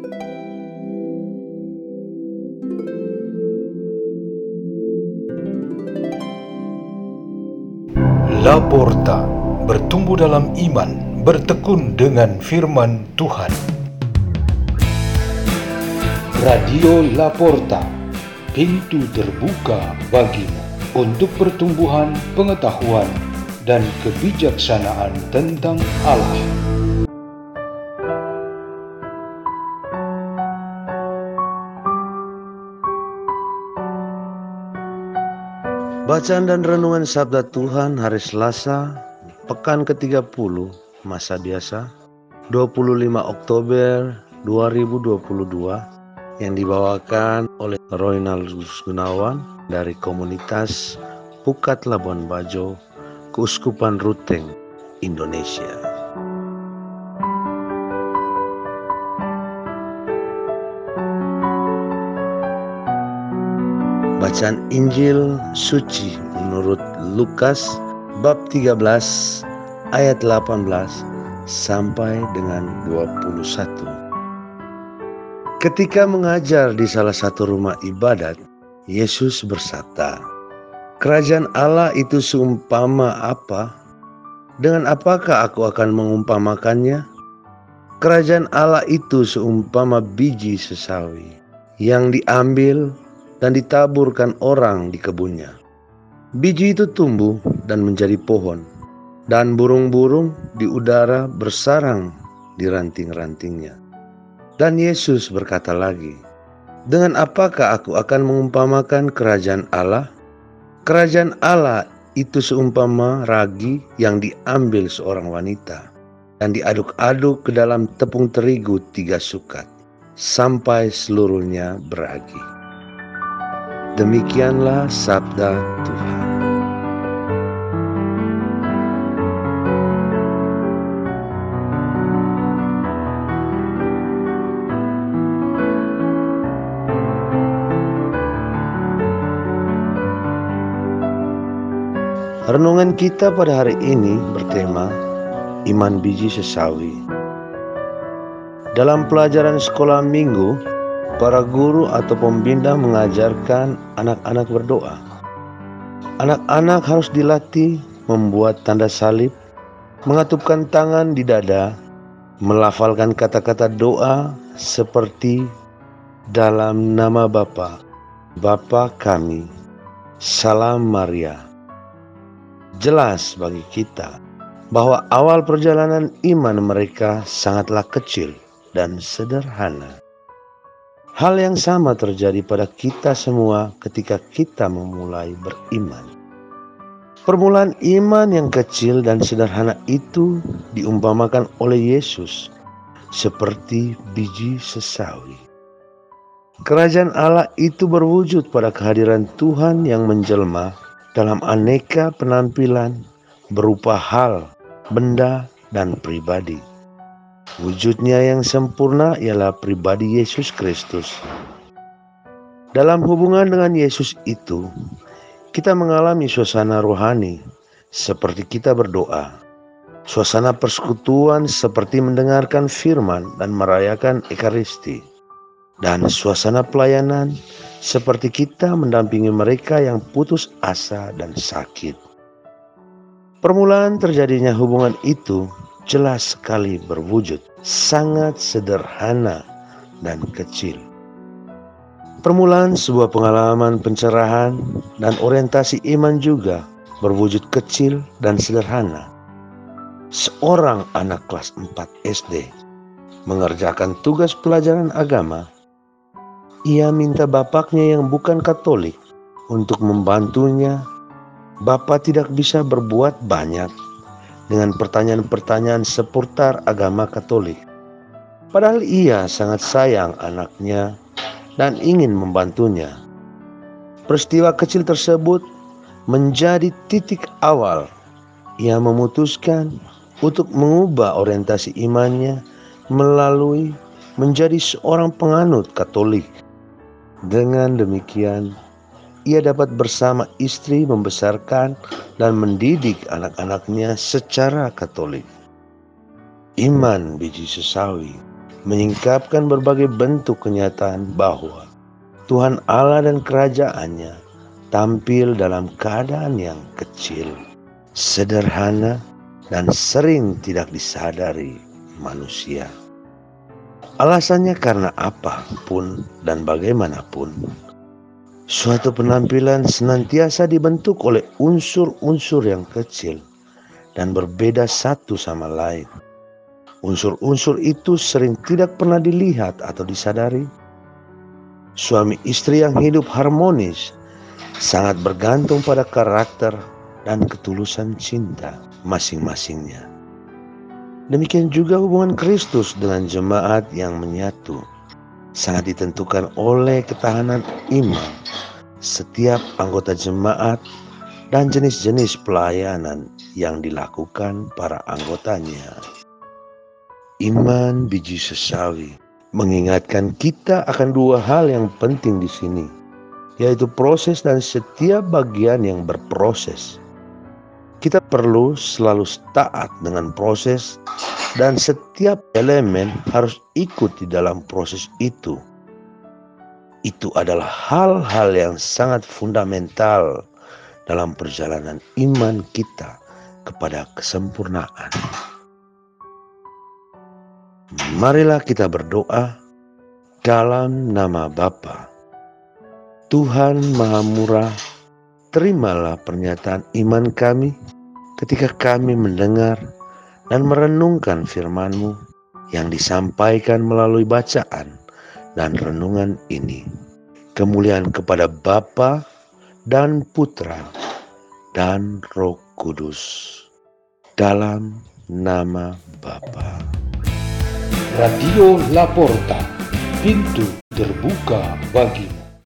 Laporta, bertumbuh dalam iman, bertekun dengan firman Tuhan. Radio Laporta, pintu terbuka bagimu untuk pertumbuhan pengetahuan dan kebijaksanaan tentang Allah. Bacaan dan renungan Sabda Tuhan hari Selasa, Pekan ke-30, Masa Biasa, 25 Oktober 2022, yang dibawakan oleh Roynaldus Gunawan dari komunitas Pukat Labuan Bajo, Keuskupan Ruteng, Indonesia. Bacaan Injil suci menurut Lukas bab 13 ayat 18 sampai dengan 21. Ketika mengajar di salah satu rumah ibadat, Yesus bersabda, "Kerajaan Allah itu seumpama apa? Dengan apakah aku akan mengumpamakannya? Kerajaan Allah itu seumpama biji sesawi yang diambil dan ditaburkan orang di kebunnya. Biji itu tumbuh dan menjadi pohon, dan burung-burung di udara bersarang di ranting-rantingnya." Dan Yesus berkata lagi, "Dengan apakah aku akan mengumpamakan kerajaan Allah? Kerajaan Allah itu seumpama ragi yang diambil seorang wanita dan diaduk-aduk ke dalam tepung terigu 3 sukat, sampai seluruhnya beragi." Demikianlah sabda Tuhan. Renungan kita pada hari ini bertema Iman Biji Sesawi. Dalam pelajaran sekolah minggu, para guru atau pembina mengajarkan anak-anak berdoa. Anak-anak harus dilatih membuat tanda salib, mengatupkan tangan di dada, melafalkan kata-kata doa seperti dalam nama Bapa, Bapa kami, Salam Maria. Jelas bagi kita bahwa awal perjalanan iman mereka sangatlah kecil dan sederhana. Hal yang sama terjadi pada kita semua ketika kita memulai beriman. Permulaan iman yang kecil dan sederhana itu diumpamakan oleh Yesus seperti biji sesawi. Kerajaan Allah itu berwujud pada kehadiran Tuhan yang menjelma dalam aneka penampilan berupa hal, benda, dan pribadi. Wujudnya yang sempurna ialah pribadi Yesus Kristus. Dalam hubungan dengan Yesus itu, kita mengalami suasana rohani seperti kita berdoa, suasana persekutuan seperti mendengarkan firman dan merayakan Ekaristi, dan suasana pelayanan seperti kita mendampingi mereka yang putus asa dan sakit. Permulaan terjadinya hubungan itu jelas sekali berwujud sangat sederhana dan kecil. Permulaan sebuah pengalaman pencerahan dan orientasi iman juga berwujud kecil dan sederhana. Seorang anak kelas 4 SD mengerjakan tugas pelajaran agama. Ia minta bapaknya yang bukan Katolik untuk membantunya. Bapak tidak bisa berbuat banyak dengan pertanyaan-pertanyaan seputar agama Katolik. Padahal ia sangat sayang anaknya dan ingin membantunya. Peristiwa kecil tersebut menjadi titik awal ia memutuskan untuk mengubah orientasi imannya melalui menjadi seorang penganut Katolik. Dengan demikian, ia dapat bersama istri membesarkan dan mendidik anak-anaknya secara Katolik. Iman biji sesawi menyingkapkan berbagai bentuk kenyataan bahwa Tuhan Allah dan kerajaannya tampil dalam keadaan yang kecil, sederhana, dan sering tidak disadari manusia. Alasannya karena apapun dan bagaimanapun, suatu penampilan senantiasa dibentuk oleh unsur-unsur yang kecil dan berbeda satu sama lain. Unsur-unsur itu sering tidak pernah dilihat atau disadari. Suami istri yang hidup harmonis sangat bergantung pada karakter dan ketulusan cinta masing-masingnya. Demikian juga hubungan Kristus dengan jemaat yang menyatu sangat ditentukan oleh ketahanan iman setiap anggota jemaat dan jenis-jenis pelayanan yang dilakukan para anggotanya. Iman biji sesawi mengingatkan kita akan dua hal yang penting di sini, yaitu proses dan setiap bagian yang berproses. Kita perlu selalu taat dengan proses dan setiap elemen harus ikut di dalam proses itu. Itu adalah hal-hal yang sangat fundamental dalam perjalanan iman kita kepada kesempurnaan. Marilah kita berdoa dalam nama Bapa. Tuhan Maha Murah, terimalah pernyataan iman kami ketika kami mendengar dan merenungkan firman-Mu yang disampaikan melalui bacaan dan renungan ini. Kemuliaan kepada Bapa dan Putra dan Roh Kudus. Dalam nama Bapa. Radio Laporta, pintu terbuka bagimu.